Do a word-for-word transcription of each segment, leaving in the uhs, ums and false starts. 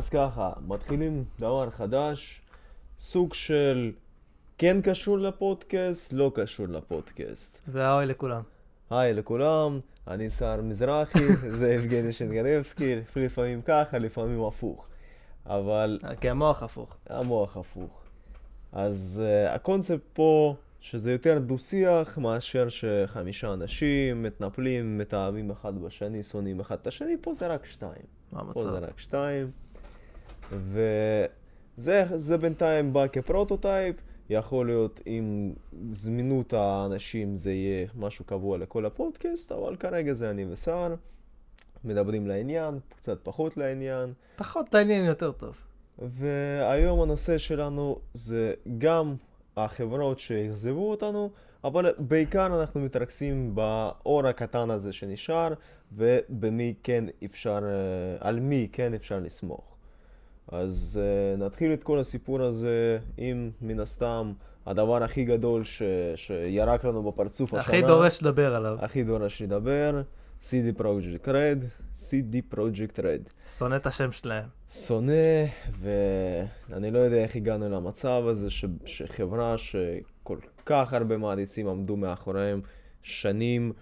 אז ככה, מתחילים דבר חדש, סוג של כן קשור לפודקאסט, לא קשור לפודקאסט. והאוי לכולם. היי לכולם, אני שר מזרחי, זה יבגני שנגנבסקי, לפעמים ככה, לפעמים הפוך. אבל כי המוח הפוך. המוח הפוך. אז uh, הקונספט פה, שזה יותר דו-שיח מאשר שחמישה אנשים מתנפלים, מתאהבים אחד בשני, שונאים אחד את השני, פה זה רק שתיים. מה פה זה המצב? רק שתיים. וזה זה בינתיים בא כפרוטוטייפ, יכול להיות עם זמינות האנשים זה יהיה משהו קבוע לכל הפודקאסט, אבל כרגע זה אני ושר, מדברים לעניין, קצת פחות לעניין. פחות לעניין יותר טוב. והיום הנושא שלנו זה גם החברות שהחזבו אותנו, אבל בעיקר אנחנו מתרכזים באור הקטן הזה שנשאר, ובמי כן אפשר, על מי כן אפשר לסמוך. אז uh, נתחיל את כל הסיפור הזה עם מן הסתם הדבר הכי גדול ש... שירק לנו בפרצוף השנה. הכי דורש לדבר עליו. הכי דורש לדבר, סי די Projekt Red, סי די Projekt Red. שונא את השם שלהם. שונא, ואני לא יודע איך הגענו למצב הזה ש... שחברה שכל כך הרבה מעריצים עמדו מאחוריהם שנים,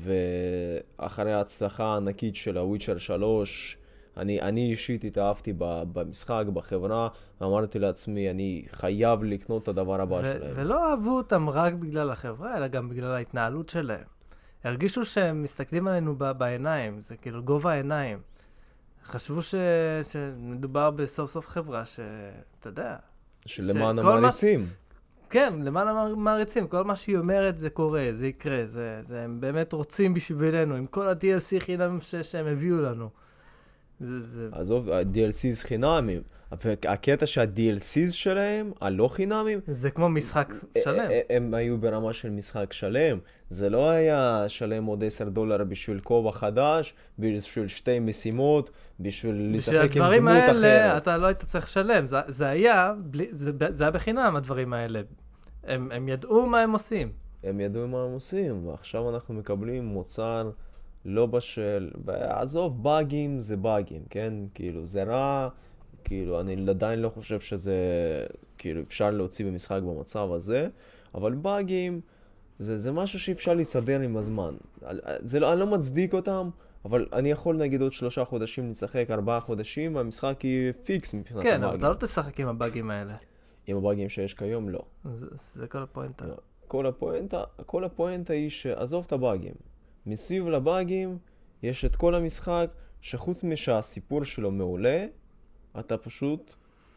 ואחרי ההצלחה הענקית של הוויצ'ר שלוש, אני, אני אישית התאהבתי במשחק, בחברה, ואמרתי לעצמי, אני חייב לקנות את הדבר הבא ו- שלהם. ולא אהבו אותם רק בגלל החברה, אלא גם בגלל ההתנהלות שלהם. הרגישו שהם מסתכלים עלינו ב- בעיניים, זה כאילו גובה העיניים. חשבו ש- שמדובר בסוף סוף חברה שאתה יודע. שלמען שכל המעריצים. מה... כן, למען המעריצים, כל מה שהיא אומרת זה קורה, זה יקרה, זה, זה הם באמת רוצים בשבילנו, עם כל ה-די אל סי חינם ש- שהם הביאו לנו. זה, זה... עזוב, ה-די אל סיז חינמים. הקטע שה-די אל סיז שלהם, הלא חינמים, זה כמו משחק שלם. הם היו ברמה של משחק שלם. זה לא היה שלם עוד עשרה דולר בשביל כובע חדש, בשביל שתי משימות, בשביל לשחק עם דמות אחרת. בשביל הדברים האלה אתה לא היית צריך לשלם. זה, זה היה, בלי, זה, זה היה בחינם הדברים האלה. הם, הם ידעו מה הם עושים. הם ידעו מה הם עושים, ועכשיו אנחנו מקבלים מוצר לא בשל, ועזוב, באגים זה באגים, כן? כאילו, זה רע, כאילו, אני עדיין לא חושב שזה, כאילו, אפשר להוציא במשחק במצב הזה, אבל באגים, זה, זה משהו שאפשר להסתדר עם הזמן. זה לא, אני לא מצדיק אותם, אבל אני יכול נגיד עוד שלושה חודשים לשחק, ארבעה חודשים, והמשחק יהיה פיקס מבחינת כן, הבאגים. אבל אתה לא תשחק עם הבאגים האלה. עם הבאגים שיש כיום, לא. זה, זה כל הפואנטה. כל הפואנטה, כל הפואנטה היא שעזוב את הבאגים. מסביב לבאגים יש את כל המשחק שחוץ משהסיפור שלו מעולה, אתה פשוט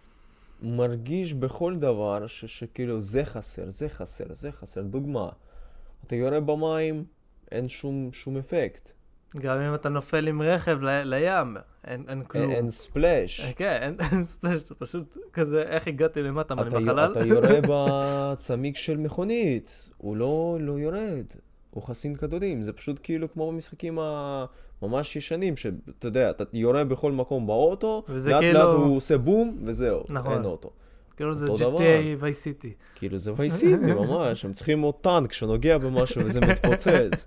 מרגיש בכל דבר ש- שכאילו זה חסר, זה חסר, זה חסר. דוגמה, אתה יורה במים, אין שום, שום אפקט. גם אם אתה נופל עם רכב ל- לים, אין, אין כלום. אין, אין ספלש. כן, אין, אין ספלש, זה פשוט כזה, איך הגעתי למטה, מה, אני אתה, בחלל? אתה יורה בצמיג של מכונית, הוא לא, לא יורד. הוא חסין כדורים, זה פשוט כאילו כמו במשחקים הממש ישנים, שאתה יודע, אתה יורה בכל מקום באוטו, לאט כאילו... לאט הוא עושה בום, וזהו, נכון. אין אוטו. כאילו זה אותו ג'י טי איי וייס סיטי. כאילו זה וייסיטי ממש, הם צריכים עוד טנק שנוגע במשהו וזה מתפוצץ.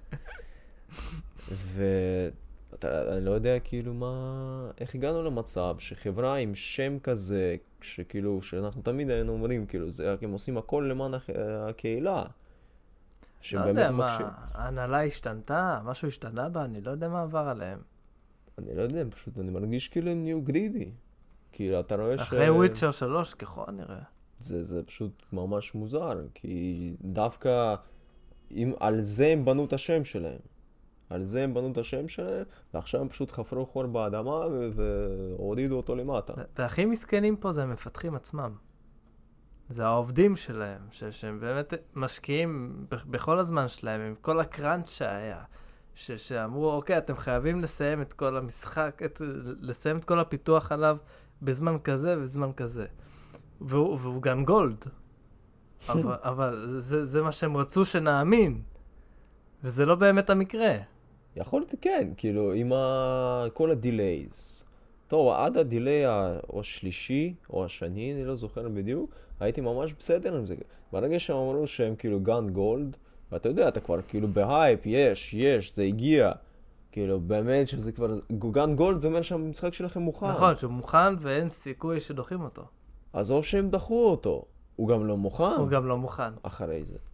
ואני לא יודע כאילו מה, איך הגענו למצב שחברה עם שם כזה, שכאילו, שאנחנו תמיד היינו אומרים, כאילו, זה, הם עושים הכל למען הח- הקהילה. לא יודע מה, ההנהלה השתנתה, משהו השתנה בה, אני לא יודע מה עבר עליהם. אני לא יודע, פשוט אני מרגיש כאילו הם נהיו גרידי. כאילו, אתה רואה ש... אחרי וויצ'ר שלוש, ככל נראה. זה, זה פשוט ממש מוזר, כי דווקא אם, על זה הם בנו את השם שלהם. על זה הם בנו את השם שלהם, ועכשיו הם פשוט חפרו חור באדמה ו- והורידו אותו למטה. והכי מסכנים פה זה המפתחים עצמם. זה העובדים שלהם, ש- שהם באמת משקיעים ב- בכל הזמן שלהם, עם כל הקראנץ' שהיה. ש- שאמרו, אוקיי, אתם חייבים לסיים את כל המשחק, את, לסיים את כל הפיתוח עליו בזמן כזה ובזמן כזה. והוא, והוא גם גולד. אבל, אבל זה, זה מה שהם רצו שנאמין. וזה לא באמת המקרה. יכול להיות כן, כאילו, עם ה... כל הדילייז. טוב, עד הדיליי השלישי או השני, אני לא זוכר בדיוק, הייתי ממש בסדר עם זה. ברגע שהם אמרו שהם כאילו גן גולד, ואתה יודע, אתה כבר כאילו בהייפ, יש, יש, זה הגיע. כאילו, באמת שזה כבר, גוגן גולד זה אומר שהמשחק שלכם מוכן. נכון, שהוא מוכן ואין סיכוי שדוחים אותו. עזוב שהם דחו אותו, הוא גם לא מוכן. הוא גם לא מוכן. אחרי זה.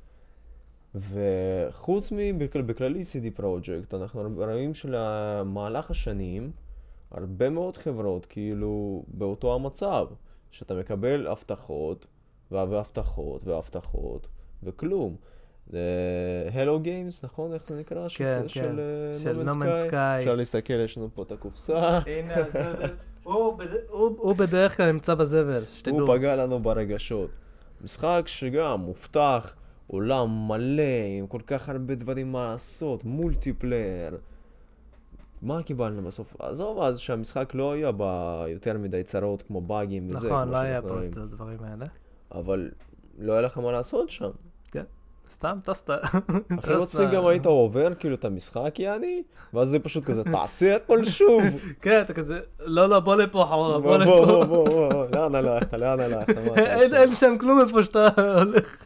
וחוץ מבכללי סי די פרוג'קט, אנחנו רואים שלמהלך השנים, הרבה מאוד חברות כאילו באותו המצב, שאתה מקבל הבטחות, והבטחות, והבטחות, וכלום. הלו גיימס, נכון? איך זה נקרא? כן, של, כן. של של No No Man's Man's Sky. Sky. אפשר להסתכל, יש לנו פה את הקופסה. הנה הזבל. הוא בד- הוא- הוא בדרך כלל נמצא בזבל, שתדעו. הוא פגע לנו ברגשות. משחק שגם מובטח, עולם מלא, עם כל כך הרבה דברים מה לעשות, מולטיפלייר. מה קיבלנו בסוף? עזוב אז שהמשחק לא היה בה יותר מדי צרות כמו באגים וזה. נכון, כמו לא היה שאנחנו פה רואים. את הדברים האלה. אבל לא היה לך מה לעשות שם. כן. סתם טסת. אחרי לא טסת. צריך גם היית עובר כאילו את המשחק יעני, ואז זה פשוט כזה, תעשה הכל שוב. כן, אתה כזה, לא, לא, בוא לפה חמורה, בוא בוא בוא לפה. בוא בוא, בוא, לאן הלכת, לאן הלכת, מה אתה אין רוצה? אין שם כלום איפה שאתה הולך.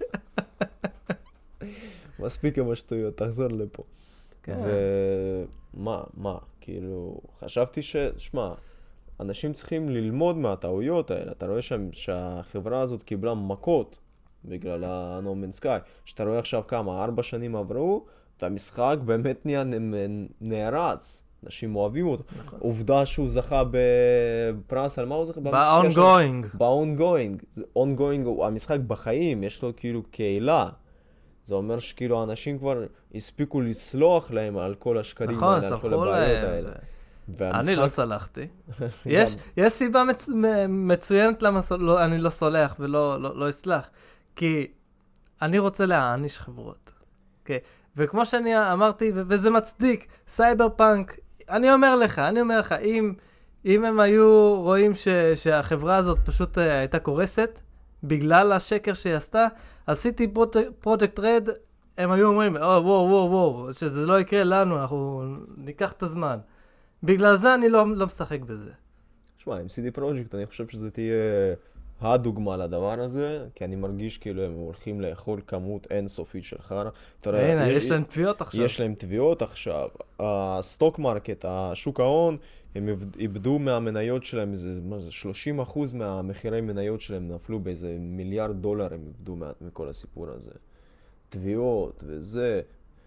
מספיק עם השטויות, תחזור לפה. כן. ומה, מה, כאילו, חשבתי ש... שמע, אנשים צריכים ללמוד מהטעויות האלה. אתה רואה שם שהחברה הזאת קיבלה מכות בגלל ה-No Man's Sky. שאתה רואה עכשיו כמה, ארבע שנים עברו, והמשחק באמת נהיה נ- נערץ. אנשים אוהבים אותו. נכון. עובדה שהוא זכה בפרס, על מה הוא זכה? ב-ongoing. ב-ongoing. ongoing, המשחק בחיים, יש לו כאילו קהילה. זה אומר שכאילו האנשים כבר הספיקו לסלוח להם על כל השקרים נכון, האלה, על כל סלחו הבעיות להם. האלה. אני והמשחק- לא סלחתי. יש יש סיבה מצ- מ- מצוינת למה סול- לא- אני לא סולח ולא לא- לא אסלח. כי אני רוצה להעניש חברות. אוקיי? וכמו שאני אמרתי, ו- וזה מצדיק, סייבר פאנק, אני אומר לך, אני אומר לך, אם, אם הם היו רואים ש, שהחברה הזאת פשוט uh, הייתה קורסת, בגלל השקר שהיא עשתה, עשיתי פרויקט רד, הם היו אומרים, או, וואו, וואו, וואו, שזה לא יקרה לנו, אנחנו ניקח את הזמן. בגלל זה אני לא, לא משחק בזה. שמע, עם סי די פרוג'קט אני חושב שזה תהיה הדוגמה לדבר הזה, כי אני מרגיש כאילו הם הולכים לאכול כמות אינסופית של חרא. אתה רואה, הנה, יש- יש להם תביעות עכשיו. יש להם תביעות עכשיו. הסטוק מרקט, השוק ההון, הם איבד- איבדו מהמניות שלהם, איזה, מה זה, שלושים אחוז מהמחירי מניות שלהם נפלו באיזה מיליארד דולר הם איבדו מה- מכל הסיפור הזה. תביעות וזה,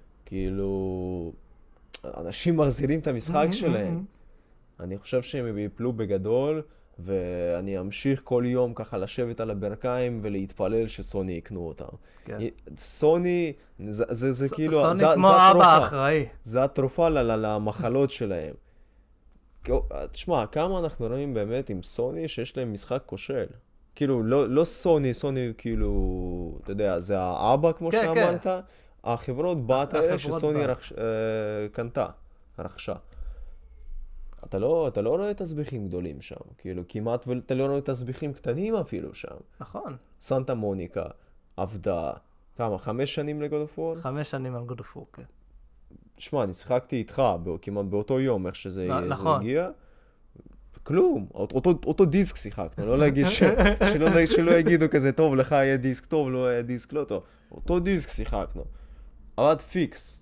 כאילו, אנשים מחזירים את המשחק שלהם. אני חושב שהם ייפלו בגדול, ואני אמשיך כל יום ככה לשבת על הברכיים ולהתפלל שסוני יקנו אותם. כן. סוני, זה, זה, זה ס- כאילו, סוני זה, כמו זה אבא התרופה. אחראי. זה התרופה ל- ל- למחלות שלהם. כי- תשמע, כמה אנחנו רואים באמת עם סוני שיש להם משחק כושל. כאילו, לא, לא סוני, סוני כאילו, אתה יודע, זה האבא כמו כן, שאמרת, החברות בת האלה החברות שסוני בת. רכש, אה, קנתה, רכשה. אתה לא, אתה לא רואה תסביכים גדולים שם, כאילו, כמעט ואתה לא רואה תסביכים קטנים אפילו שם. נכון. סנטה מוניקה עבדה, כמה, חמש שנים לגוד אוף וור? חמש שנים על God of War, כן. שמע, אני שיחקתי איתך בא- כמעט באותו יום, איך שזה נ- זה נכון. הגיע. כלום, אותו, אותו דיסק שיחקנו, לא להגיד ש... שלא, שלא יגידו כזה, טוב, לך היה דיסק טוב, לא היה דיסק לא טוב. אותו דיסק שיחקנו. עבד פיקס.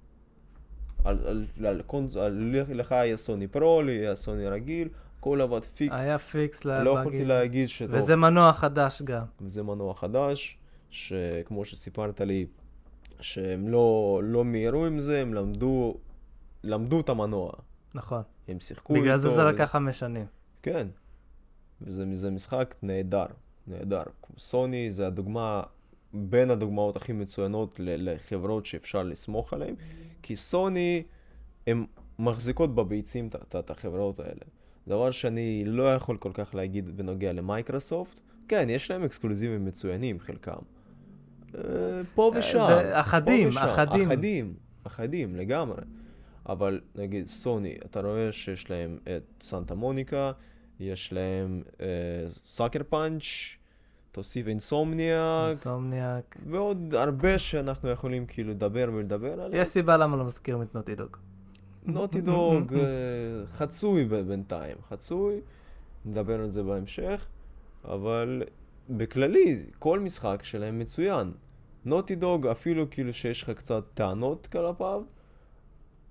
על, על, על, קונז... על, לך היה סוני פרו, לי היה סוני רגיל, הכל עבד פיקס. היה פיקס לא לבאגים. יכולתי להגיד שטוב. וזה מנוע חדש גם. וזה מנוע חדש, שכמו שסיפרת לי, שהם לא, לא מהירו עם זה, הם למדו, למדו את המנוע. נכון. הם שיחקו איתו. בגלל זה זה וזה- לקח חמש שנים. כן. וזה זה משחק נהדר, נהדר. סוני זה הדוגמה, בין הדוגמאות הכי מצוינות ל- לחברות שאפשר לסמוך עליהן, כי סוני, הן מחזיקות בביצים את- את את החברות האלה. דבר שאני לא יכול כל כך להגיד בנוגע למייקרוסופט, כן, יש להם אקסקלוזיבים מצוינים, חלקם. אה, פה ושם. זה אחדים, פה ושם. אחדים. אחדים, אחדים, לגמרי. אבל נגיד סוני, אתה רואה שיש להם את סנטה מוניקה, יש להם סאקר פאנץ', תוסיף אינסומניאק, אינסומניאק. ועוד הרבה שאנחנו יכולים כאילו לדבר ולדבר עליהם. יש סיבה למה לא מזכירים את נוטי דוג. נוטי דוג, חצוי ב- בינתיים, חצוי, נדבר על זה בהמשך, אבל בכללי, כל משחק שלהם מצוין. נוטי דוג, אפילו כאילו שיש לך קצת טענות כלפיו,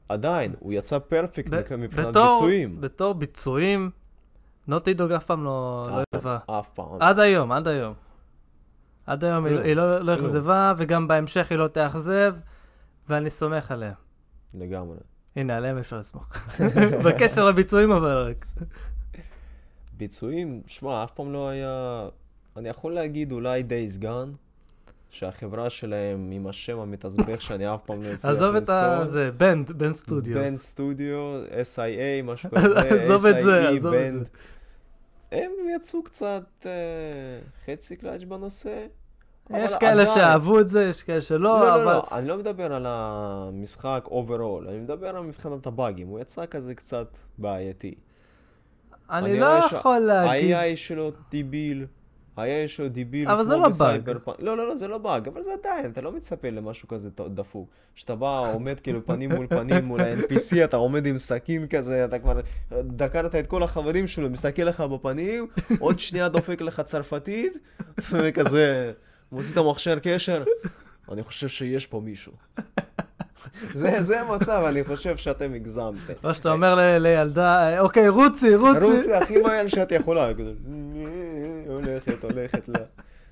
עדיין, הוא יצא פרפקט ב- מבחינת בתור- ביצועים. בתור ביצועים, נוטי דוג אף פעם לא לא אף- אכזבה. אף פעם. עד היום, עד היום. עד היום היא- כלום, היא לא לא כלום. אכזבה, וגם בהמשך היא לא תאכזב, ואני סומך עליה. לגמרי. הנה, עליהם אפשר לסמוך. בקשר לביצועים אבל רק. ביצועים, שמע, אף פעם לא היה... אני יכול להגיד אולי Days Gone, שהחברה שלהם עם השם המתסבך שאני אף פעם לא אצליח לזכור. עזוב את ה... זה, בנד, בנד סטודיוס. בנד סטודיו, אס איי איי, משהו כזה, עזוב את זה, אס איי אי, עזוב את בנד. זה. הם יצאו קצת אה, חצי קלאץ' בנושא. יש אבל כאלה עדיין- שאהבו את זה, יש כאלה שלא, לא, לא, אבל... לא, אני לא מדבר על המשחק אוברול, אני מדבר על מבחינת הבאגים, הוא יצא כזה קצת בעייתי. אני אני לא רואה שה- יכול להגיד... ה-איי איי שלו דיביל, ה-איי איי שלו דיביל, אבל זה כמו לא בסייברפאנק. לא, לא, לא, זה לא באג, אבל זה עדיין, אתה לא מצפה למשהו כזה ט- דפוק. שאתה בא, עומד כאילו פנים מול פנים מול ה-אן פי סי, אתה עומד עם סכין כזה, אתה כבר דקרת את כל החברים שלו, מסתכל לך בפנים, עוד שנייה דופק לך צרפתית, וכזה, מוציא את המכשיר קשר, אני חושב שיש פה מישהו. זה, זה המצב, אני חושב שאתם הגזמתם. או שאתה אומר ל- לילדה, אוקיי, רוצי, רוצי. רוצי הכי מהר שאת יכולה, כזה, הולכת, הולכת לה.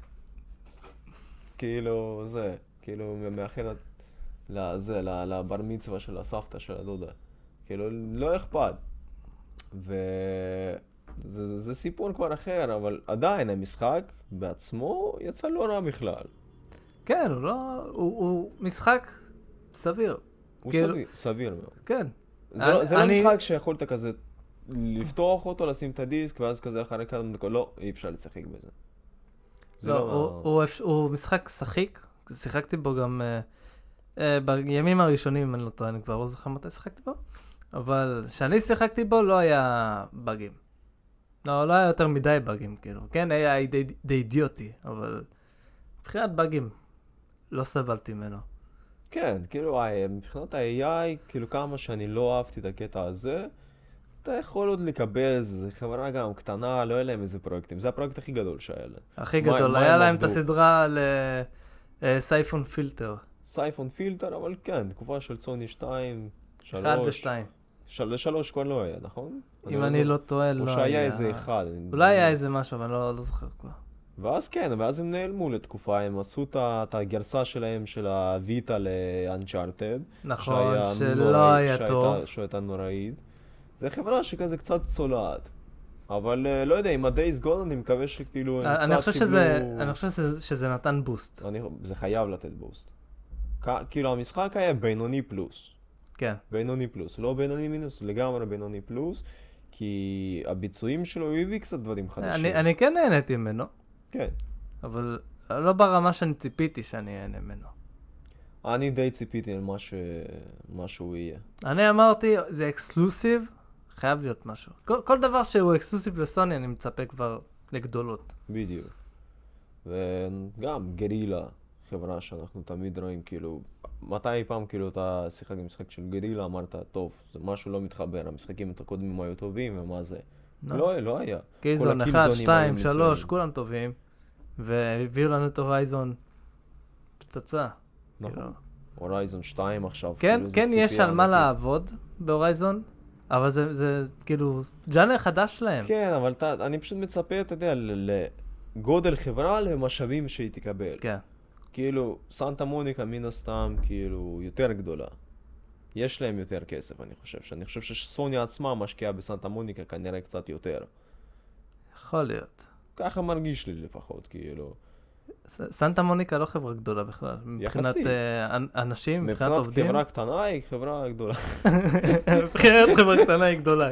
כאילו, זה, כאילו, מאחלת לזה, ל- לבר מצווה של הסבתא של הדודה. כאילו, לא אכפת. וזה זה סיפור כבר אחר, אבל עדיין המשחק בעצמו יצא לא רע בכלל. כן, הוא לא... הוא הוא משחק סביר. הוא כאילו- סביר, סביר מאוד. כן. זה לא- אני- זה לא אני- משחק שיכולת כזה לפתוח אותו, לשים את הדיסק, ואז כזה אחרי כמה דקות, לא, אי אפשר לשחק בזה. זה לא, לא- הוא- הוא אפ- הוא משחק שחיק, שיחקתי בו גם אה, אה, בימים הראשונים, אם אני לא טועה, אני כבר לא זוכר מתי שיחקתי בו, אבל כשאני שיחקתי בו לא היה באגים. לא, לא היה יותר מדי באגים, כאילו. כן, היה די, די אידיוטי, אבל מבחינת באגים לא סבלתי ממנו. כן, כאילו, ה- מבחינת ה-איי איי, כאילו כמה שאני לא אהבתי את הקטע הזה, אתה יכול עוד לקבל, זו חברה גם קטנה, לא היה להם איזה פרויקטים. זה הפרויקט הכי גדול שהיה להם. הכי מה- גדול, מה היה הם להם את עבדו? הסדרה על אה, סייפון פילטר, סייפון פילטר, אבל כן, תקופה של סוני שתיים, שלוש. אחד ושתיים. של... לשלוש כבר לא היה, נכון? אם אני לא טועה, לא או היה. שהיה איזה אחד. אולי היה איזה משהו, אבל אני לא לא זוכר כבר. ואז כן, ואז הם נעלמו לתקופה, הם עשו את ה- את הגרסה שלהם של הוויטה לאנצ'ארטד. נכון, שהיה שלא נוראי- היה שהייתה- טוב. שהייתה נוראית. זה חברה שכזה קצת צולעת. אבל אה, לא יודע, עם ה-Days Gone אני מקווה שכאילו הם אני קצת חושב קיבלו... שזה, אני חושב שזה, שזה נתן בוסט. אני... זה חייב לתת בוסט. כ- כאילו המשחק היה בינוני פלוס. כן. בינוני פלוס, לא בינוני מינוס, לגמרי בינוני פלוס. כי הביצועים שלו הוא הביא קצת דברים חדשים. אני, אני כן נהניתי ממנו, כן. אבל לא ברמה שאני ציפיתי שאני אהנה ממנו. אני די ציפיתי על מה, ש... מה שהוא יהיה. אני אמרתי, זה אקסקלוסיב, חייב להיות משהו. כל, כל דבר שהוא אקסקלוסיב לסוני, אני מצפה כבר לגדולות. בדיוק. וגם גרילה, חברה שאנחנו תמיד רואים, כאילו, מתי פעם כאילו אתה שיחק עם משחק של גרילה, אמרת, טוב, זה משהו לא מתחבר, המשחקים את הקודמים היו טובים, ומה זה? לא. לא, לא היה. קייזון כל אחד, הקילזונים שתיים, היו שלוש, מצוינים. כולם טובים, והביאו לנו את הורייזון פצצה. כאילו. נכון. הורייזון שתיים עכשיו, כן, כאילו, זה כן יש ציפייה על מה ענקית. לעבוד בהורייזון, אבל זה, זה כאילו ג'אנר חדש שלהם. כן, אבל אתה, אני פשוט מצפה, אתה יודע, ל- לגודל חברה, למשאבים שהיא תקבל. כן. כאילו, סנטה מוניקה מן הסתם, כאילו, יותר גדולה. יש להם יותר כסף, אני חושב. שאני חושב שסוני עצמה משקיעה בסנטה מוניקה כנראה קצת יותר. יכול להיות. ככה מרגיש לי לפחות, כאילו. ס- סנטה מוניקה לא חברה גדולה בכלל. מבחינת יחסית. אה, אנ- אנשים, מבחינת מבחינת עובדים. חברה קטנה היא חברה גדולה. מבחינת חברה קטנה היא גדולה.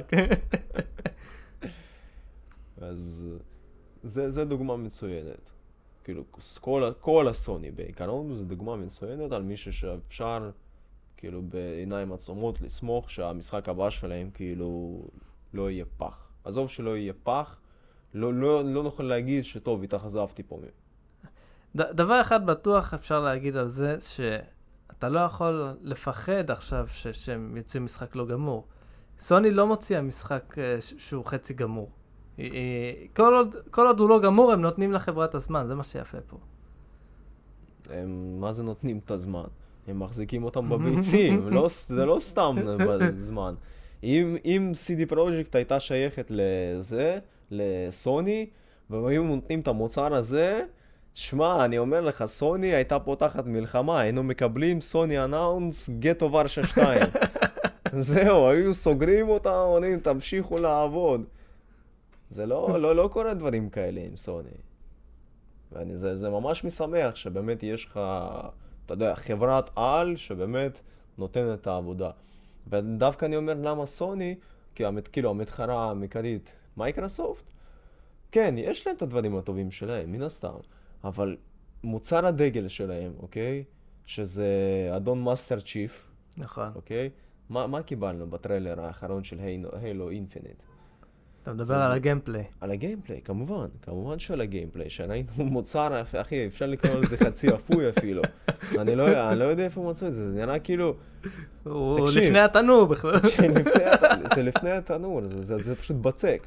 אז זה, זה דוגמה מצוינת. כאילו, כל, ה- כל הסוני בעיקרון זה דוגמה מצוינת על מישהו שאפשר, כאילו, בעיניים עצומות לסמוך שהמשחק הבא שלהם, כאילו, לא יהיה פח. עזוב שלא יהיה פח, לא, לא, לא נוכל להגיד שטוב, התאכזבתי פה. ד- דבר אחד בטוח אפשר להגיד על זה, שאתה לא יכול לפחד עכשיו ש- שהם יוצאים משחק לא גמור. סוני לא מוציאה משחק אה, ש- שהוא חצי גמור. היא- היא- כל עוד, כל עוד הוא לא גמור, הם נותנים לחברה את הזמן, זה מה שיפה פה. הם, מה זה נותנים את הזמן? הם מחזיקים אותם בביצים, לא, זה לא סתם בזמן. אם, אם סי די פרויקט הייתה שייכת לזה, לסוני, והם היו נותנים את המוצר הזה, שמע, אני אומר לך, סוני הייתה פותחת מלחמה, היינו מקבלים סוני אנאונס גטו ורשה שתיים. זהו, היו סוגרים אותם, אומרים, תמשיכו לעבוד. זה לא, לא, לא קורה דברים כאלה עם סוני. ואני, זה, זה ממש משמח שבאמת יש לך, אתה יודע, חברת על שבאמת נותנת את העבודה. ודווקא אני אומר למה סוני, כי המת, כאילו המתחרה המקרית מייקרוסופט, כן, יש להם את הדברים הטובים שלהם, מן הסתם. אבל מוצר הדגל שלהם, אוקיי? שזה אדון מאסטר צ'יף. נכון. אוקיי? מה, מה קיבלנו בטריילר האחרון של הילו אינפיניט? אתה מדבר על הגיימפליי. על הגיימפליי, כמובן. כמובן שעל הגיימפליי. שראינו מוצר, אחי, אפשר לקרוא לזה חצי אפוי אפילו. אני לא, אני לא יודע איפה מצאו את זה. זה נראה כאילו... הוא לפני התנור בכלל. זה לפני התנור, זה, זה, זה פשוט בצק.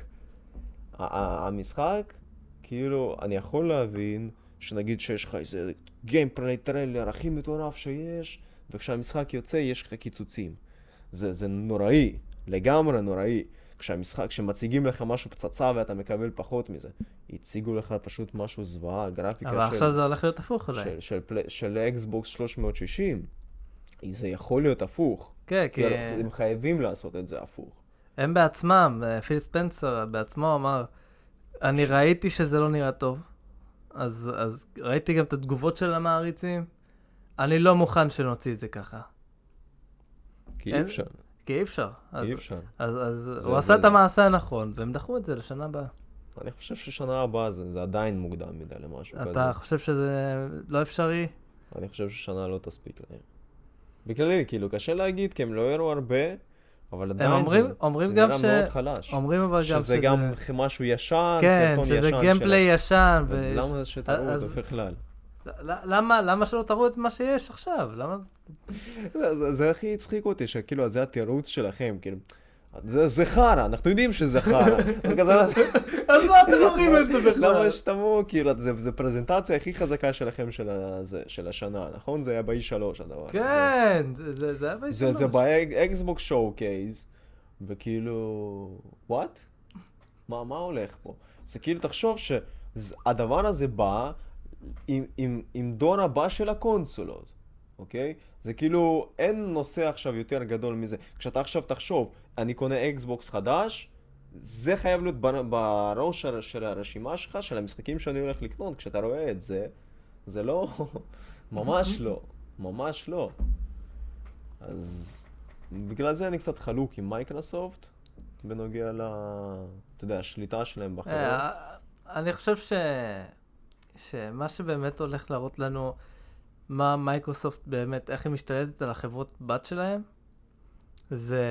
המשחק, כאילו, אני יכול להבין שנגיד שיש לך איזה גיימפליי טריילר הכי מטורף שיש, וכשהמשחק יוצא יש לך קיצוצים. זה, זה נוראי, לגמרי נוראי. כשהמשחק, כשמציגים לך משהו פצצה ואתה מקבל פחות מזה, הציגו לך פשוט משהו זוועה, גרפיקה של... אבל עכשיו זה הולך להיות הפוך אולי. של, של, של, של אקסבוקס שלוש מאות שישים. זה יכול להיות הפוך. כן, כי... כי הם חייבים לעשות את זה הפוך. הם בעצמם, פיל ספנסר בעצמו אמר, אני ראיתי שזה לא נראה טוב, אז, אז ראיתי גם את התגובות של המעריצים, אני לא מוכן שנוציא את זה ככה. כי אי אפשר. כי אי אפשר. אי אפשר. אז, אז הוא עשה את המעשה הנכון, והם דחו את זה לשנה הבאה. אני חושב ששנה הבאה זה, זה עדיין מוקדם מדי למשהו כזה. אתה חושב שזה לא אפשרי? אני חושב ששנה לא תספיק להם. בכללי, כאילו, קשה להגיד, כי הם לא הראו הרבה, אבל עדיין אומרים, זה, אומרים זה גם נראה ש... מאוד חלש. אומרים אבל גם שזה... שזה גם משהו ישן, כן, סרטון ישן. כן, שזה גיימפליי ישן. אז ו... למה שתראו אז... אותו בכלל? למה, למה שלא תראו את מה שיש עכשיו? למה? זה, זה, זה הכי הצחיק אותי, שכאילו, זה התירוץ שלכם, כאילו. זה, זה חרא, אנחנו יודעים שזה חרא. אז מה אתם אומרים את זה בכלל? למה שתמו, כאילו, זה פרזנטציה הכי חזקה שלכם של השנה, נכון? זה היה ב-אי שלוש הדבר. כן, זה היה ב-אי שלוש. זה באקסבוקס שואו-קייז, וכאילו, what? מה הולך פה? זה כאילו, תחשוב שהדבר הזה בא עם דור הבא של הקונסולות, אוקיי? זה כאילו, אין נושא עכשיו יותר גדול מזה. כשאתה עכשיו תחשוב, אני קונה אקסבוקס חדש, זה חייב להיות בראש של הרשימה שלך, של המשחקים שאני הולך לקנות. כשאתה רואה את זה, זה לא, ממש לא, ממש לא. אז בגלל זה אני קצת חלוק עם מייקרוסופט, בנוגע ל... אתה יודע, השליטה שלהם בחברה. אני חושב ש... שמה שבאמת הולך להראות לנו, מה מייקרוסופט באמת, איך היא משתלטת על החברות בת שלהם, זה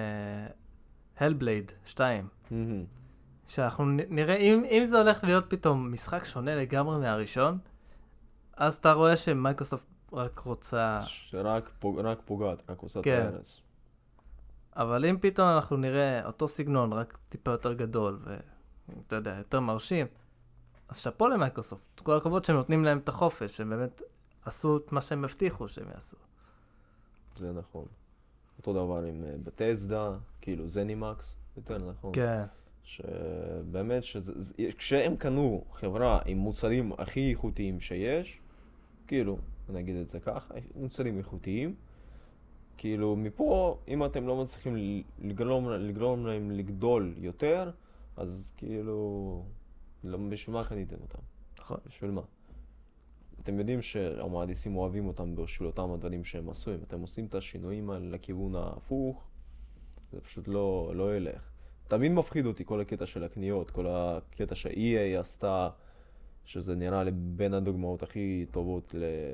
הלבלייד שתיים. שאנחנו נראה, אם, אם זה הולך להיות פתאום משחק שונה לגמרי מהראשון, אז אתה רואה שמייקרוסופט רק רוצה... שרק פוג, רק פוגעת, רק עושה כן. את ההרס. אבל אם פתאום אנחנו נראה אותו סגנון, רק טיפה יותר גדול, ואתה יודע, יותר מרשים, אז שפו למייקרוסופט. כל הכבוד שהם נותנים להם את החופש, שהם באמת עשו את מה שהם הבטיחו שהם יעשו. זה נכון. אותו דבר עם בטסדה, כאילו זנימקס, יותר נכון. כן. שבאמת, שזה, כשהם קנו חברה עם מוצרים הכי איכותיים שיש, כאילו, אני אגיד את זה ככה, מוצרים איכותיים, כאילו מפה, אם אתם לא מצליחים לגרום, לגרום להם לגדול יותר, אז כאילו, לא, בשביל מה קניתם אותם? נכון. בשביל מה? אתם יודעים שהמהנדסים אוהבים אותם בשביל אותם הדברים שהם עשו. אם אתם עושים את השינויים לכיוון ההפוך, זה פשוט לא, לא ילך. תמיד מפחיד אותי כל הקטע של הקניות, כל הקטע ש-אי איי עשתה, שזה נראה לי בין הדוגמאות הכי טובות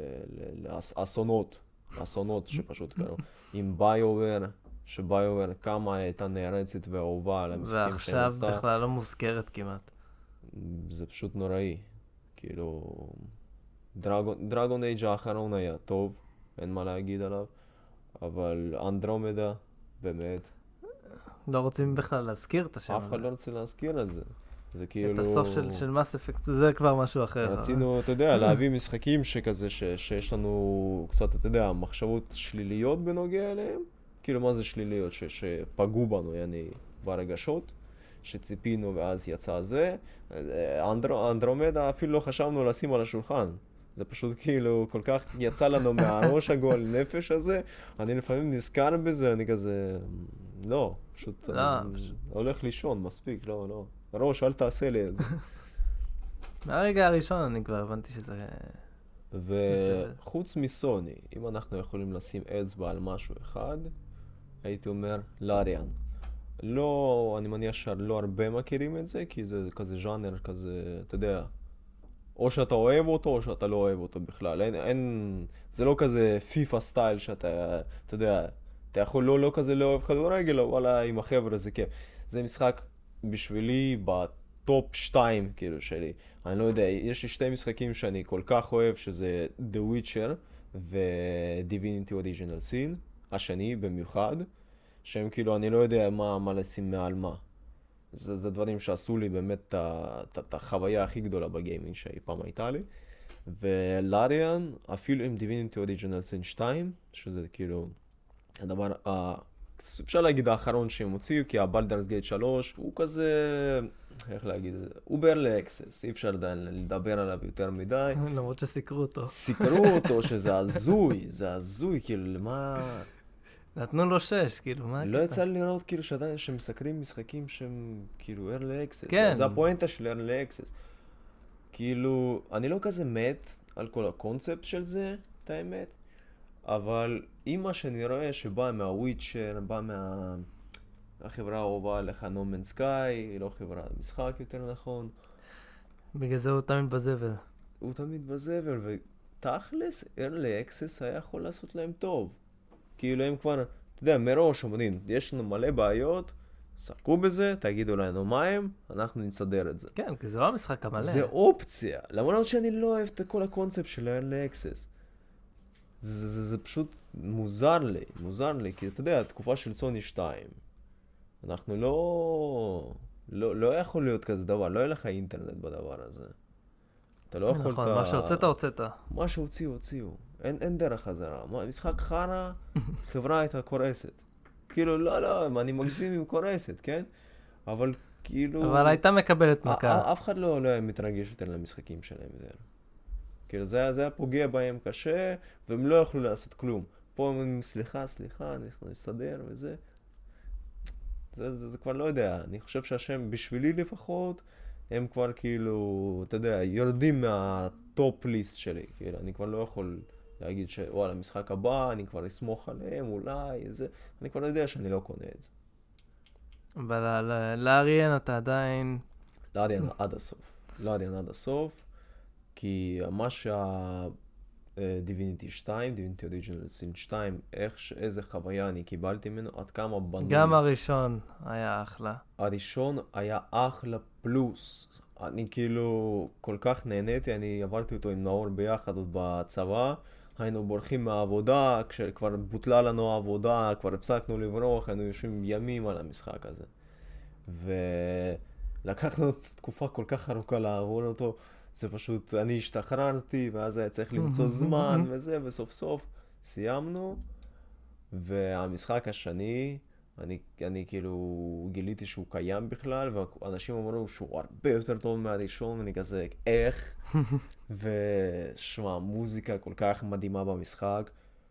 לאסונות, אסונות שפשוט קרו. עם ביואר, שביואר כמה הייתה נערצת ואהובה על המשחקים שהם עשתה. ועכשיו בכלל לא מוזכרת כמעט. זה פשוט נוראי. כאילו... דרגון, דרגון אייג' האחרון היה טוב, אין מה להגיד עליו, אבל אנדרומדה, באמת. לא רוצים בכלל להזכיר את השם הזה. אף אחד לא רוצה להזכיר את זה. זה כאילו... את הסוף של, של מס אפקט, זה כבר משהו אחר. רצינו, אתה יודע, להביא משחקים שכזה, ש, שיש לנו קצת, אתה יודע, מחשבות שליליות בנוגע אליהם. כאילו, מה זה שליליות? ש, שפגעו בנו, יעני, ברגשות, שציפינו ואז יצא זה. אנדר, אנדרומדה אפילו לא חשבנו לשים על השולחן. זה פשוט כאילו כל כך יצא לנו מהראש הגול נפש הזה. אני לפעמים נזכר בזה, אני כזה... לא, פשוט... לא, אני פשוט... הולך לישון, מספיק, לא, לא. ראש, אל תעשה לי את זה. מהרגע הראשון אני כבר הבנתי שזה... וחוץ מסוני, אם אנחנו יכולים לשים אצבע על משהו אחד, הייתי אומר לריאן. לא, אני מניח שלא הרבה מכירים את זה, כי זה כזה ז'אנר כזה, אתה יודע, או שאתה אוהב אותו או שאתה לא אוהב אותו בכלל. אין, אין, זה לא כזה פיפה סטייל שאתה, אתה יודע, אתה יכול לא, לא כזה לא אוהב כדורגל, וואלה, עם החבר'ה זה כיף. זה משחק בשבילי בטופ שתיים, כאילו, שלי. אני לא יודע, יש לי שתי משחקים שאני כל כך אוהב, שזה The Witcher ו-Divinity Original Sin, השני במיוחד, שהם כאילו, אני לא יודע מה, מה לשים מעל מה. זה, זה דברים שעשו לי באמת את החוויה הכי גדולה בגיימינג שאי פעם הייתה לי. ולריאן, אפילו עם Divinity Original Sin שתיים, שזה כאילו הדבר, אפשר להגיד האחרון שהם הוציאו, כי הבלדרס גייט שלוש הוא כזה, איך להגיד את זה, הוא בארלי אקסס, אי אפשר לדבר עליו יותר מדי. למרות שסיקרו אותו. סיקרו אותו, שזה הזוי, זה הזוי, כאילו, למה... נתנו לו שש, כאילו, מה הקטע? לא יצא לי לראות כאילו שעדיין שמסקרים משחקים שהם כאילו early access. כן. זה הפואנטה של early access. כאילו, אני לא כזה מת על כל הקונספט של זה, את האמת, אבל אם מה שאני רואה שבא מהוויצ'ר, בא מה... החברה האהובה עליך No Man's Sky, לא חברה משחק יותר נכון. בגלל זה הוא תמיד בזבל. הוא תמיד בזבל, ותכלס, early access היה יכול לעשות להם טוב. כאילו הם כבר, אתה יודע, מראש אומרים, יש לנו מלא בעיות, שחקו בזה, תגידו לנו מה הם, אנחנו נסדר את זה. כן, כי זה לא המשחק המלא. זה אופציה, למרות שאני לא אוהב את כל הקונספט של early access. זה, זה, זה פשוט מוזר לי, מוזר לי, כי אתה יודע, התקופה של סוני שתיים, אנחנו לא, לא, לא יכול להיות כזה דבר, לא יהיה לך אינטרנט בדבר הזה. אתה לא יכול... נכון, מה שהוצאת, הוצאת. מה שהוציאו, הוציאו. אין, אין דרך חזרה. מה, משחק חרה, חברה הייתה קורסת. כאילו, לא, לא, אני מגזים עם קורסת, כן? אבל כאילו... אבל הייתה מקבלת מכה. אף אחד לא, לא היה מתרגש יותר למשחקים שלהם יותר. כאילו, זה, זה היה פוגע בהם קשה, והם לא יכלו לעשות כלום. פה הם אומרים, סליחה, סליחה, אנחנו נסתדר וזה. זה, זה, זה כבר לא יודע. אני חושב שהשם, בשבילי לפחות, הם כבר כאילו, אתה יודע, יורדים מהטופ ליסט שלי. כאילו, אני כבר לא יכול להגיד שוואלה, המשחק הבא, אני כבר אסמוך עליהם, אולי, זה. אני כבר לא יודע שאני לא קונה את זה. אבל לאריאן אתה עדיין... לאריאן עד הסוף. לאריאן עד הסוף, כי מה שה... דיוויניטי שתיים, דיוויניטי אוריג'ינל סין שתיים, איך, איזה חוויה אני קיבלתי ממנו, עד כמה בנוי. גם הראשון היה אחלה. הראשון היה אחלה פלוס. אני כאילו כל כך נהניתי, אני עברתי אותו עם נאור ביחד עוד בצבא. היינו בורחים מהעבודה, כשכבר בוטלה לנו העבודה, כבר הפסקנו לברוח, היינו יושבים ימים על המשחק הזה. ולקחנו תקופה כל כך ארוכה לעבור אותו. זה פשוט, אני השתחררתי, ואז היה צריך למצוא זמן וזה, וסוף סוף סיימנו. והמשחק השני, אני, אני כאילו גיליתי שהוא קיים בכלל, ואנשים אמרו שהוא הרבה יותר טוב מהראשון, ואני כזה, איך? ושמע, מוזיקה כל כך מדהימה במשחק.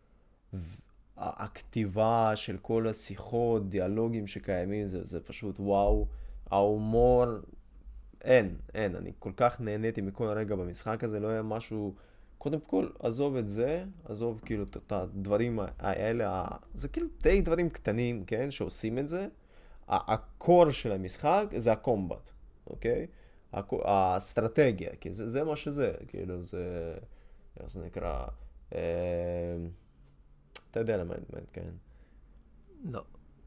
הכתיבה של כל השיחות, דיאלוגים שקיימים, זה, זה פשוט וואו. ההומור... אין, אין, אני כל כך נהניתי מכל הרגע במשחק הזה, לא היה משהו, קודם כל, עזוב את זה, עזוב כאילו את הדברים האלה, זה כאילו די דברים קטנים, כן, שעושים את זה, הקור של המשחק זה הקומבט, אוקיי? האסטרטגיה, כי זה, זה מה שזה, כאילו זה, איך זה נקרא, אה, אתה יודע למה, כן? לא.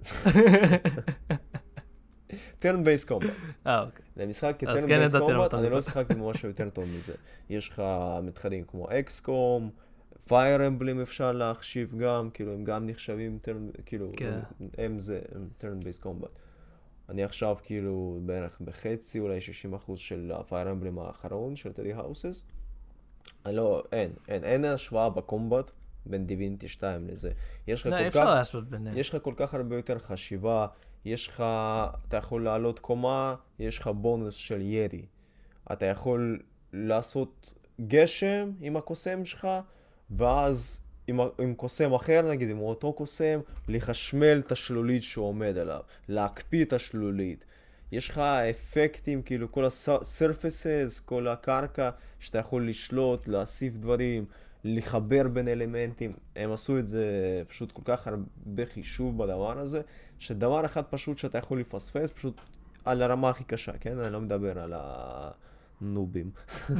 turn based combat. אה, אוקיי. למשחק כ-turn כן based ידעתי combat, אני לא שיחקתי משהו יותר טוב מזה. יש לך מתחרים כמו אקסקום, פייר אמבלם אפשר להחשיב גם, כאילו הם גם נחשבים, turn, כאילו, כן. הם זה, הם turn based combat. אני עכשיו כאילו בערך בחצי, אולי שישים אחוז של הפייר אמבלם האחרון, של טדי האוסס. אני לא, אין, אין, אין השוואה בקומבט בין דיווינטי שתיים לזה. יש לך לא, כל אי אפשר כך, להשוות ביניהם. יש לך כל כך הרבה יותר חשיבה, יש לך, אתה יכול לעלות קומה, יש לך בונוס של ירי. אתה יכול לעשות גשם עם הקוסם שלך, ואז עם, ה- עם קוסם אחר, נגיד עם אותו קוסם, לחשמל את השלולית שהוא עומד עליו, להקפיא את השלולית. יש לך אפקטים, כאילו כל ה-surfaces, כל הקרקע, שאתה יכול לשלוט, להוסיף דברים, לחבר בין אלמנטים. הם עשו את זה פשוט כל כך הרבה חישוב בדבר הזה, שדבר אחד פשוט שאתה יכול לפספס, פשוט על הרמה הכי קשה, כן? אני לא מדבר על הנובים.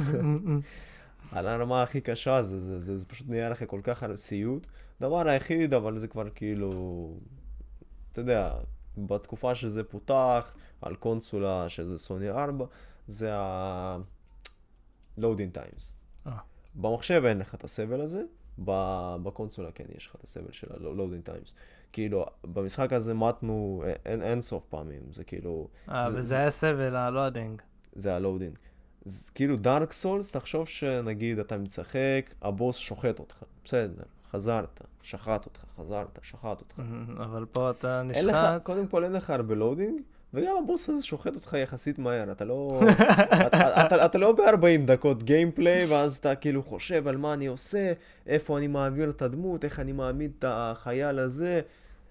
על הרמה הכי קשה, זה, זה, זה, זה פשוט נהיה לך כל כך סיוט. דבר היחיד, אבל זה כבר כאילו, אתה יודע, בתקופה שזה פותח, על קונסולה שזה סוני ארבע, זה ה-loading times. אה. במחשב אין לך את הסבל הזה, ב- בקונסולה כן יש לך את הסבל של ה-loading times. כאילו, במשחק הזה מתנו אין, אין סוף פעמים, זה כאילו... אה, זה, וזה זה, היה סבל הלואדינג. זה ה-loading. זה כאילו דארק סולס, תחשוב שנגיד אתה משחק, הבוס שוחט אותך, בסדר, חזרת, שחט אותך, חזרת, שחט אותך. אבל פה אתה אין לך, נשחט. קודם כל אין לך הרבה לואודינג, וגם הבוס הזה שוחט אותך יחסית מהר, אתה לא, אתה, אתה, אתה לא ב-ארבעים דקות גיימפליי, ואז אתה כאילו חושב על מה אני עושה, איפה אני מעביר את הדמות, איך אני מעמיד את החייל הזה,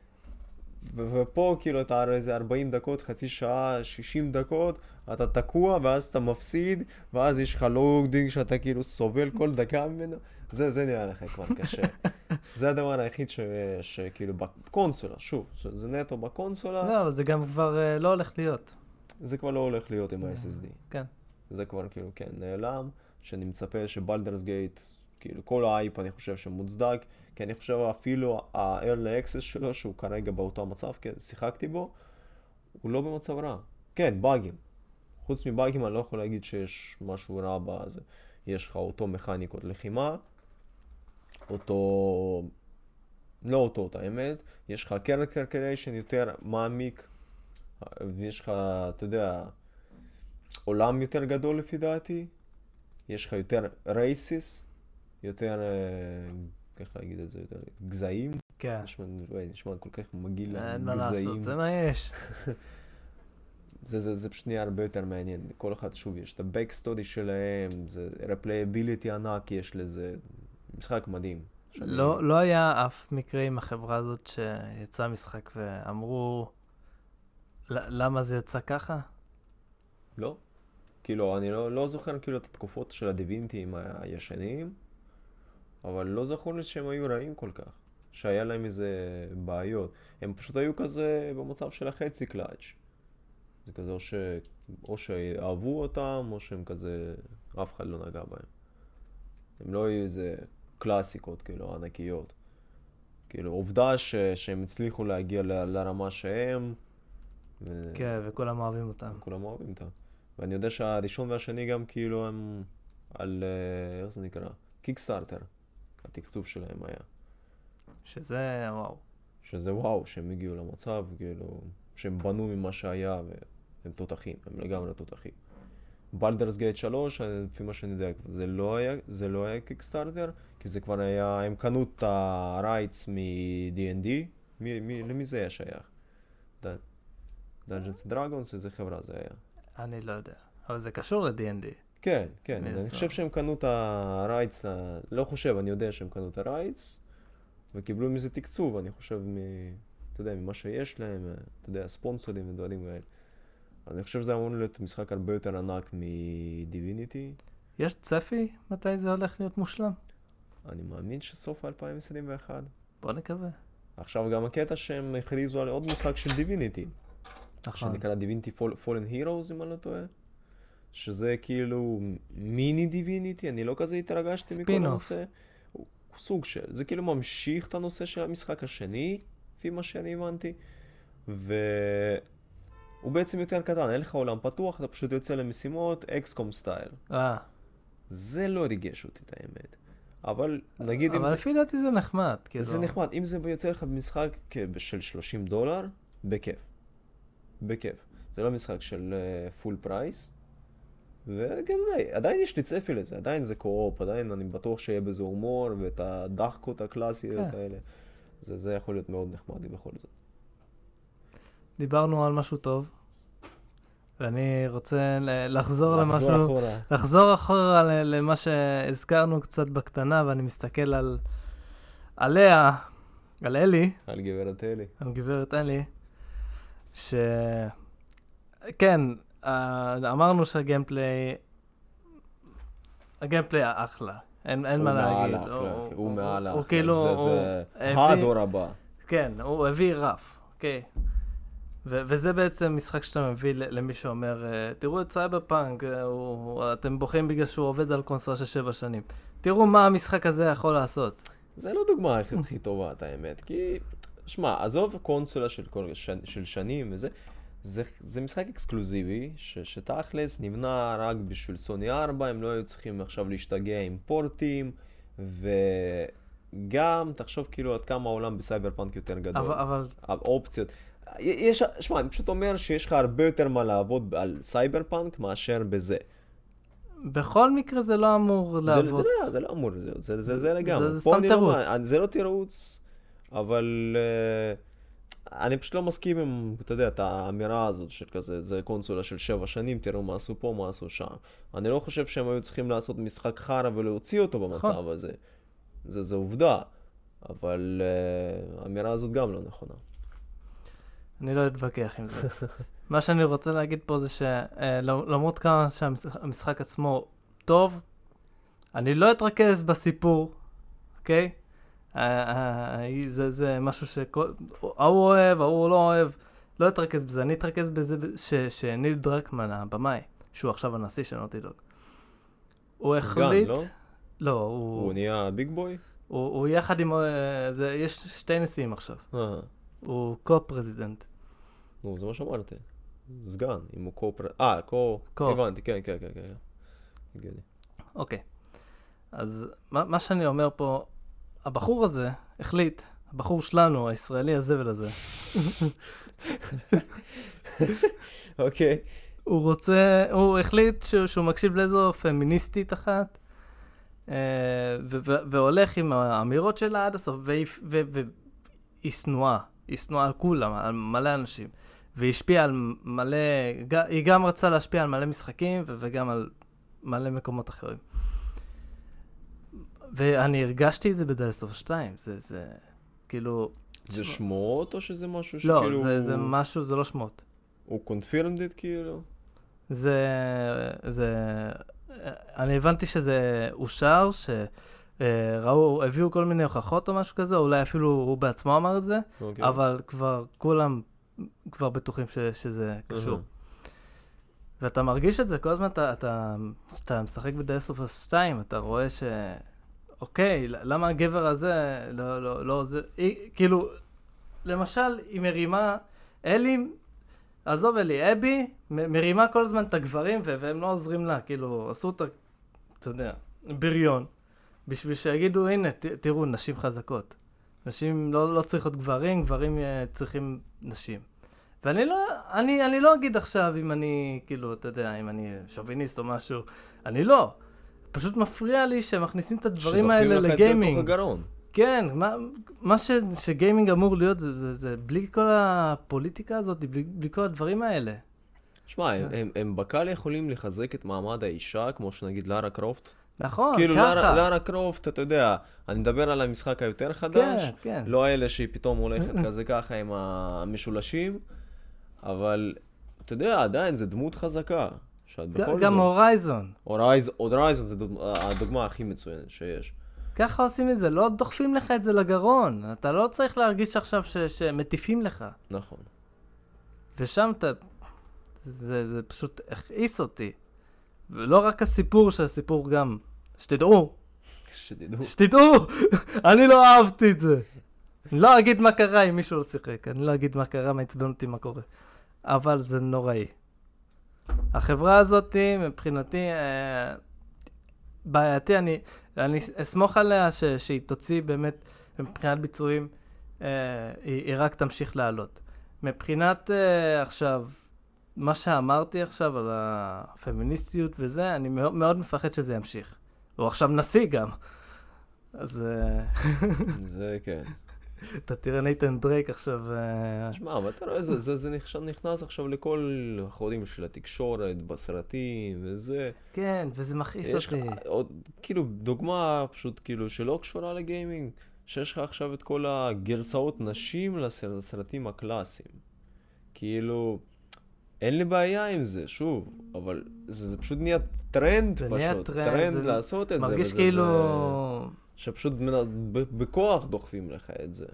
ו- ופה כאילו אתה הרי איזה ארבעים דקות, חצי שעה, שישים דקות, אתה תקוע ואז אתה מפסיד, ואז יש לך לואודינג שאתה כאילו סובל כל דקה ממנו, זה, זה נראה לך כבר קשה. זה הדבר היחיד ש- שכאילו בקונסולה, שוב, זה נטו בקונסולה, לא, אבל זה גם כבר אה, לא הולך להיות. זה כבר לא הולך להיות עם ה-אס אס די. כן. זה כבר כאילו, כן, נעלם, שאני מצפה שבלדרס גייט, כאילו כל האייפ אני חושב שמוצדק, כי אני חושב אפילו ה-early access שלו, שהוא כרגע באותו מצב, כי שיחקתי בו, הוא לא במצב רע. כן, באגים. חוץ מבאגים אני לא יכול להגיד שיש משהו רע בזה. יש לך אותו מכניקות לחימה, אותו... לא אותו, את האמת. יש לך character creation יותר מעמיק, ויש לך, אתה יודע, עולם יותר גדול לפי דעתי. יש לך יותר רייסיס, יותר, אה, איך להגיד את זה, יותר גזעים. כן. נשמע, וואי, נשמע כל כך מגעיל, אין מה גזעים. לעשות, זה מה יש. זה, זה, זה פשוט נהיה הרבה יותר מעניין. כל אחד, שוב, יש את ה-backstory שלהם, זה replayability ענק יש לזה. משחק מדהים. שאני- לא, לא היה אף מקרה עם החברה הזאת שיצא משחק ואמרו, "ל- למה זה יצא ככה?" לא. כאילו, אני לא, לא זוכר כאילו את התקופות של הדיווינטים הישנים, אבל לא זכור לי שהם היו רעים כל כך. שהיה להם איזה בעיות. הם פשוט היו כזה במצב של החצי קלאץ'. זה כזה או, ש... או שאהבו אותם, או שהם כזה, אף אחד לא נגע בהם. הם לא היו איזה קלאסיקות, כאילו, ענקיות. כאילו, עובדה ש... שהם הצליחו להגיע ל... לרמה שהם, ו... כן, וכולם אוהבים אותם. כולם אוהבים אותם. ואני יודע שהראשון והשני גם כאילו הם על, אה, איך זה נקרא? קיקסטארטר. התקצוב שלהם היה. שזה, וואו. שזה וואו, שהם הגיעו למצב, כאילו, שהם בנו ממה שהיה והם תותחים, הם לגמרי תותחים. בלדרס גייט שלוש, לפי מה שאני יודע, זה לא היה, זה לא היה קיקסטארטר, כי זה כבר היה, הם קנו את הרייטס מ-די אנד די, מי, מי, למי זה היה שייך? Dungeons and Dragons, איזה חברה זה היה? אני לא יודע. אבל זה קשור ל-די אנד די. כן, כן, מי אני זה? חושב שהם קנו את הרייטס, ל... לא חושב, אני יודע שהם קנו את הרייטס, וקיבלו מזה תקצוב, אני חושב, מ... אתה יודע, ממה שיש להם, אתה יודע, ספונסורים ודברים כאלה. אני חושב שזה אמור להיות משחק הרבה יותר ענק מדיוויניטי. יש צפי מתי זה הולך להיות מושלם? אני מאמין שסוף אלפיים עשרים ואחת. בוא נקווה. עכשיו גם הקטע שהם הכריזו על עוד משחק של דיוויניטי, נכון. שנקרא דיוויניטי פולן הירוס, אם אני לא טועה. שזה כאילו מיני דיוויניטי, אני לא כזה התרגשתי מכל ספין-אוף. הנושא. הוא הוא סוג של, זה כאילו ממשיך את הנושא של המשחק השני, לפי מה שאני הבנתי. והוא בעצם יותר קטן, אין לך עולם פתוח, אתה פשוט יוצא למשימות, אקסקום סטייל. אה, זה לא ריגש אותי את האמת. אבל נגיד אם אבל זה... לפי דעתי זה נחמד. כאילו. זה נחמד, אם זה יוצא לך במשחק כ- של שלושים דולר, בכיף. בכיף. זה לא משחק של פול פרייס. וכן, עדיין יש לי צפי לזה, עדיין זה קו-אופ, עדיין אני בטוח שיהיה בזה הומור, ואת הדחקות הקלאסיות כן. האלה. זה, זה יכול להיות מאוד נחמד בכל זאת. דיברנו על משהו טוב, ואני רוצה ל- לחזור לחזור למשהו, אחורה. לחזור אחורה ל- למה שהזכרנו קצת בקטנה, ואני מסתכל על, עליה, על אלי, על גברת אלי. על גברת אלי, ש... כן, אה, אמרנו שהגיימפליי, הגיימפליי אחלה, אין, אין מה להגיד. הוא מעל אחלה, הוא- הוא מעל הוא אחלה. כאילו, זה- הוא זה הביא- הדור הבא. כן, הוא הביא רף, אוקיי. ו- וזה בעצם משחק שאתה מביא ל- למי שאומר, אה, תראו את סייבר פאנק, אה, הוא- הוא- אתם בוכים בגלל שהוא עובד על קונסולה של שבע שנים. תראו מה המשחק הזה יכול לעשות. זה לא דוגמה הכי הכי טובה, את האמת, כי, שמע, עזוב קונסולה של, כל, ש, של שנים וזה, זה, זה משחק אקסקלוזיבי, ש, שתכלס נבנה רק בשביל סוני ארבע, הם לא היו צריכים עכשיו להשתגע עם פורטים, וגם, תחשוב כאילו עד כמה העולם בסייבר פאנק יותר גדול. אבל, אבל האופציות. יש, שמע, אני פשוט אומר שיש לך הרבה יותר מה לעבוד על סייבר פאנק מאשר בזה. בכל מקרה זה לא אמור זה, לעבוד. זה, לא, זה לא אמור, זה, זה, זה, זה לגמרי. זה, זה פה סתם אני לא תירוץ. מה- זה לא תירוץ, אבל uh, אני פשוט לא מסכים עם, אתה יודע, את האמירה הזאת של כזה, זה קונסולה של שבע שנים, תראו מה עשו פה, מה עשו שם. אני לא חושב שהם היו צריכים לעשות משחק חרא ולהוציא אותו במצב הזה. זה, זה עובדה, אבל uh, האמירה הזאת גם לא נכונה. אני לא אתווכח עם זה. מה שאני רוצה להגיד פה זה שלמרות כמה שהמשחק עצמו טוב, אני לא אתרכז בסיפור, אוקיי? אה, אה, זה, זה משהו שההוא אוהב, ההוא לא אוהב, לא אתרכז בזה. אני אתרכז בזה ש, שניל דרקמן, הבמאי, שהוא עכשיו הנשיא של נוטי דוג, הוא החליט... לא? לא, הוא... הוא נהיה ביג בוי? הוא, הוא יחד עם... אה, זה, יש שתי נשיאים עכשיו. אה, הוא קו-פרזידנט. נו, זה מה שאמרתי. סגן, אם הוא קו... אה, קו... קו. הבנתי, כן, כן, כן, כן. הגיוני. אוקיי. אז מה, מה שאני אומר פה, הבחור הזה החליט, הבחור שלנו, הישראלי הזבל הזה, אוקיי. הוא רוצה, הוא החליט שהוא, שהוא מקשיב לאיזו פמיניסטית אחת, אה, ו- ו- והולך עם האמירות שלה עד הסוף, והיא ו- ו- היא שנואה, היא שנואה על כולם, על מלא אנשים, והיא השפיעה על מלא, ג- היא גם רצה להשפיע על מלא משחקים, ו- וגם על מלא מקומות אחרים. ואני הרגשתי את זה בדלסוף שתיים, זה, זה, כאילו... זה שמועות או שזה משהו לא, שכאילו... זה, זה משהו, זה לא שמות. הוא confirmed it כאילו? זה, זה, אני הבנתי שזה אושר, שראו, הביאו כל מיני הוכחות או משהו כזה, אולי אפילו הוא בעצמו אמר את זה, אוקיי. אבל כבר, כולם כבר בטוחים ש, שזה קשור. אהה. ואתה מרגיש את זה, כל הזמן אתה, אתה, אתה משחק בדלסוף שתיים, אתה רואה ש... אוקיי, למה הגבר הזה, לא, לא, לא, זה, היא, כאילו, למשל, היא מרימה, אלי, עזוב אלי, אבי, מ- מרימה כל הזמן את הגברים, ו- והם לא עוזרים לה, כאילו, עשו אותה, אתה יודע, בריון, בשביל שיגידו, הנה, ת, תראו, נשים חזקות. נשים לא, לא צריכות גברים, גברים uh, צריכים נשים. ואני לא, אני, אני לא אגיד עכשיו אם אני, כאילו, אתה יודע, אם אני שוביניסט או משהו, אני לא. פשוט מפריע לי שמכניסים את הדברים האלה שדוחפים לך את זה לתוך לגיימינג. הגרון. כן, מה, מה ש, שגיימינג אמור להיות, זה, זה, זה בלי כל הפוליטיקה הזאת, בלי, בלי כל הדברים האלה. שמע, הם, הם, הם בקל יכולים לחזק את מעמד האישה, כמו שנגיד לארה קרופט. נכון, כאילו ככה. לארה, לארה קרופט, אתה יודע, אני מדבר על המשחק היותר חדש, כן, כן. לא האלה שהיא פתאום הולכת כזה ככה עם המשולשים, אבל אתה יודע, עדיין זה דמות חזקה. שאת בכל גם זאת... הורייזון. הורייזון, הורייזון זה דוגמה, הדוגמה הכי מצוינת שיש. ככה עושים את זה, לא דוחפים לך את זה לגרון. אתה לא צריך להרגיש עכשיו ש, שמטיפים לך. נכון. ושם אתה... זה, זה פשוט הכעיס אותי. ולא רק הסיפור, שהסיפור גם... שתדעו, שתדעו. שתדעו, אני לא אהבתי את זה. אני לא אגיד מה קרה אם מישהו לא שיחק, אני לא אגיד מה קרה, מה עצבן אותי, מה קורה. אבל זה נוראי. החברה הזאת, מבחינתי, אה, בעייתי, אני, אני אסמוך עליה ש, שהיא תוציא באמת, מבחינת ביצועים, אה, היא, היא רק תמשיך לעלות. מבחינת אה, עכשיו, מה שאמרתי עכשיו על הפמיניסטיות וזה, אני מאוד, מאוד מפחד שזה ימשיך. הוא עכשיו נשיא גם. אז זה כן. אתה תראה נייתן דרייק עכשיו... שמע, אבל אתה רואה, זה, זה, זה נכנס עכשיו לכל החורים של התקשורת, בסרטים וזה. כן, וזה מכעיס יש אותי. לך עוד, כאילו, דוגמה פשוט כאילו שלא קשורה לגיימינג, שיש לך עכשיו את כל הגרסאות נשים לסרטים הקלאסיים. כאילו, אין לי בעיה עם זה, שוב, אבל זה, זה פשוט נהיה טרנד זה פשוט. נהיה טרנד, טרנד זה לעשות את זה. מרגיש וזה, כאילו... זה... שפשוט ב- בכוח דוחפים לך את זה.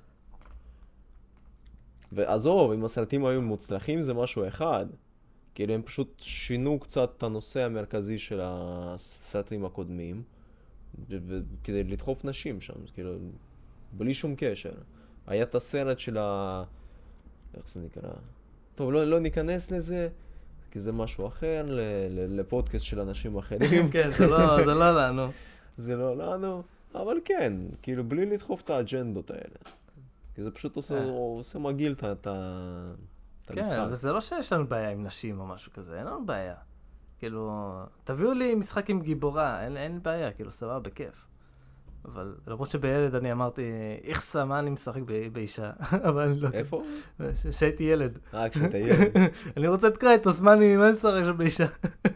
ועזוב, אם הסרטים היו מוצלחים זה משהו אחד. כאילו הם פשוט שינו קצת את הנושא המרכזי של הסרטים הקודמים, ו- ו- כדי לדחוף נשים שם, כאילו, בלי שום קשר. היה את הסרט של ה... איך זה נקרא? טוב, לא, לא ניכנס לזה, כי זה משהו אחר, ל- ל- לפודקאסט של אנשים אחרים. כן, זה לא, זה לא לנו. זה לא לנו, אבל כן, כאילו, בלי לדחוף את האג'נדות האלה. כי זה פשוט עושה, עושה מגעיל את ה- את ה- את המשחק. כן, וזה לא שיש לנו בעיה עם נשים או משהו כזה, אין לנו בעיה. כאילו, תביאו לי משחק עם גיבורה, אין, אין בעיה, כאילו, סבבה, בכיף. אבל למרות שבילד אני אמרתי, איכסה, מה אני משחק ב- באישה? אבל אני לא... איפה? שהייתי ילד. אה, כשאתה ילד. אני רוצה את קרייטוס, מה אני מה אני משחק עכשיו באישה?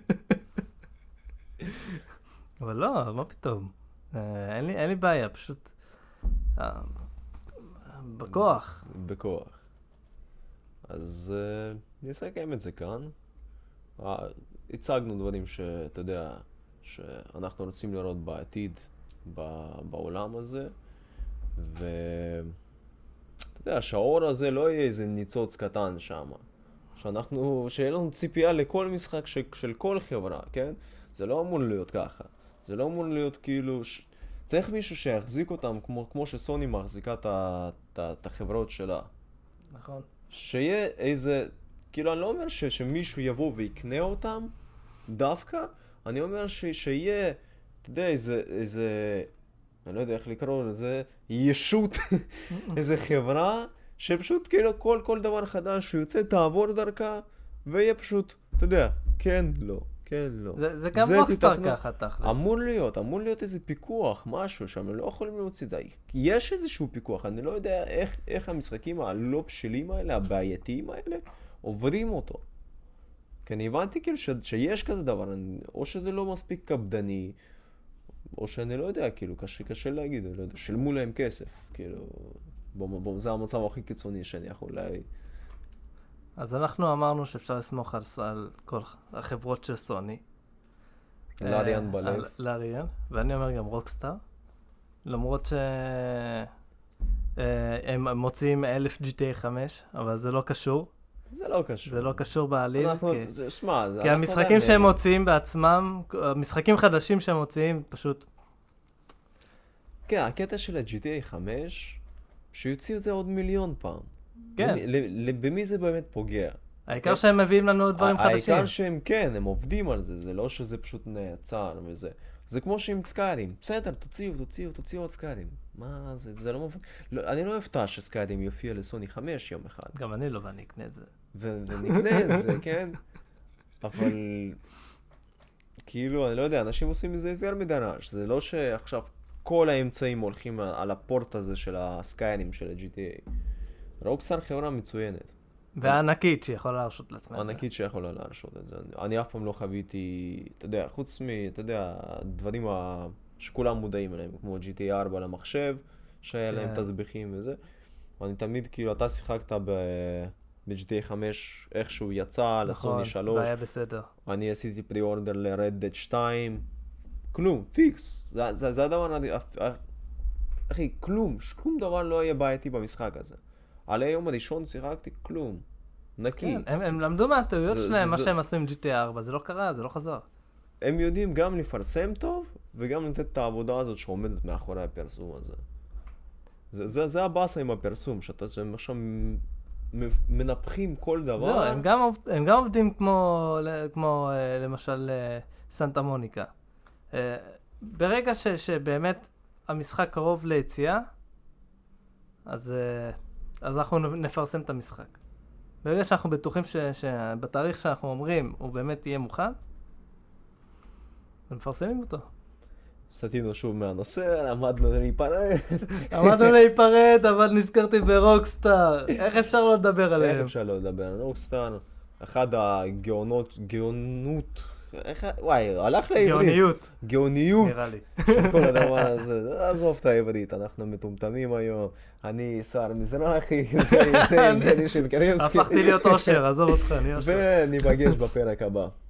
אבל לא, מה פתאום? אה, אין לי, אין לי בעיה, פשוט... אה, בכוח. בכוח. אז uh, נסכם את זה כאן. Uh, הצגנו דברים שאתה יודע, שאנחנו רוצים לראות בעתיד ב- בעולם הזה, ואתה יודע, שהאור הזה לא יהיה איזה ניצוץ קטן שם. שאנחנו, שיהיה לנו ציפייה לכל משחק ש, של כל חברה, כן? זה לא אמור להיות ככה. זה לא אמור להיות כאילו... ש... צריך מישהו שיחזיק אותם כמו, כמו שסוני מחזיקה את, ה, את, ה, את החברות שלה. נכון. שיהיה איזה... כאילו, אני לא אומר ש, שמישהו יבוא ויקנה אותם דווקא, אני אומר ש, שיהיה, אתה יודע, איזה, איזה... אני לא יודע איך לקרוא לזה, ישות, איזה חברה, שפשוט כאילו כל, כל דבר חדש שיוצא תעבור דרכה, ויהיה פשוט, אתה יודע, כן, לא. כן, לא. זה, זה גם זה רוקסטאר תתקנו... ככה, תכלס. אמור להיות, אמור להיות איזה פיקוח, משהו שם, לא יכולים להוציא את זה. יש איזשהו פיקוח, אני לא יודע איך, איך המשחקים הלא בשלים האלה, הבעייתיים האלה, עוברים אותו. כי אני הבנתי כאילו ש... שיש כזה דבר, אני... או שזה לא מספיק קפדני, או שאני לא יודע, כאילו, קשה, קשה להגיד, אני לא יודע, שלמו להם כסף, כאילו, בוא, בוא, זה המצב הכי קיצוני שאני יכול להגיד. אז אנחנו אמרנו שאפשר לסמוך על, על כל החברות של סוני. לאריאן בלב. לאריאן, ואני אומר גם רוקסטאר. למרות שהם מוציאים אלף ג'י טי איי חמש, אבל זה לא קשור. זה לא קשור. זה לא קשור בעליל. אנחנו, כי, זה, שמה, זה, כי המשחקים שהם מוציאים בעצמם, המשחקים חדשים שהם מוציאים, פשוט... כן, הקטע של ה-ג'י טי איי חמש, שיוציאו את זה עוד מיליון פעם. כן. במי, במי זה באמת פוגע? העיקר שהם מביאים לנו דברים חדשים. העיקר שהם כן, הם עובדים על זה, זה לא שזה פשוט נעצר וזה. זה כמו שעם סקיירים, בסדר, תוציאו, תוציאו, תוציאו עוד סקיירים. מה זה, זה לא מובן. לא, אני לא אופתע שסקיירים יופיע לסוני חמש יום אחד. גם אני לא, ואני אקנה את זה. ו- ונקנה את זה, כן? אבל... כאילו, אני לא יודע, אנשים עושים מזה יותר מדי רעש. זה לא שעכשיו כל האמצעים הולכים על הפורט הזה של הסקיירים של ה-ג'י טי איי. רוקסטאר חברה מצוינת. וענקית שיכולה להרשות לעצמה את זה. ענקית שיכולה להרשות את זה. אני אף פעם לא חוויתי, אתה יודע, חוץ מ, אתה יודע, הדברים ה... שכולם מודעים אליהם, כמו ג'י טי איי ארבע למחשב, שהיה להם תסביכים וזה. ואני תמיד, כאילו, אתה שיחקת ב... ב-ג'י טי איי חמש איכשהו יצא, לסוני שלוש. נכון, והיה בסדר. אני עשיתי פרי-אורדר ל-Red Dead שתיים. כלום, פיקס. זה, זה, זה הדבר, אחי, כלום, שום דבר לא יהיה בעייתי במשחק הזה. על היום הראשון שיחקתי כלום. נקי. כן, הם, הם למדו מהטעויות זה, שלהם, זה, מה זה... שהם עשו עם ג'י טי איי ארבע, זה לא קרה, זה לא חזר. הם יודעים גם לפרסם טוב, וגם לתת את העבודה הזאת שעומדת מאחורי הפרסום הזה. זה, זה, זה הבאסה עם הפרסום, שאתה שהם עכשיו מנפחים כל דבר. זהו, הם גם, עובד, הם גם עובדים כמו, כמו למשל סנטה מוניקה. ברגע ש, שבאמת המשחק קרוב ליציאה, אז, אז אנחנו נפרסם את המשחק. ברגע שאנחנו בטוחים ש, שבתאריך שאנחנו אומרים הוא באמת יהיה מוכן, ומפרסמים אותו. סטינו שוב מהנושא, למדנו להיפרד. עמדנו להיפרד, אבל נזכרתי ברוקסטאר. איך אפשר לא לדבר עליהם? איך אפשר לא לדבר על רוקסטאר? אחד הגאונות, גאונות, איך, וואי, הלך לעברית. גאוניות. גאוניות. נראה לי. של כל הדבר הזה. עזוב את העברית, אנחנו מטומטמים היום. אני שר מזרחי, זה, זה, גלי של קריבסקי. הפכתי להיות אושר, עזוב אותך, אני אושר. וניפגש בפרק הבא.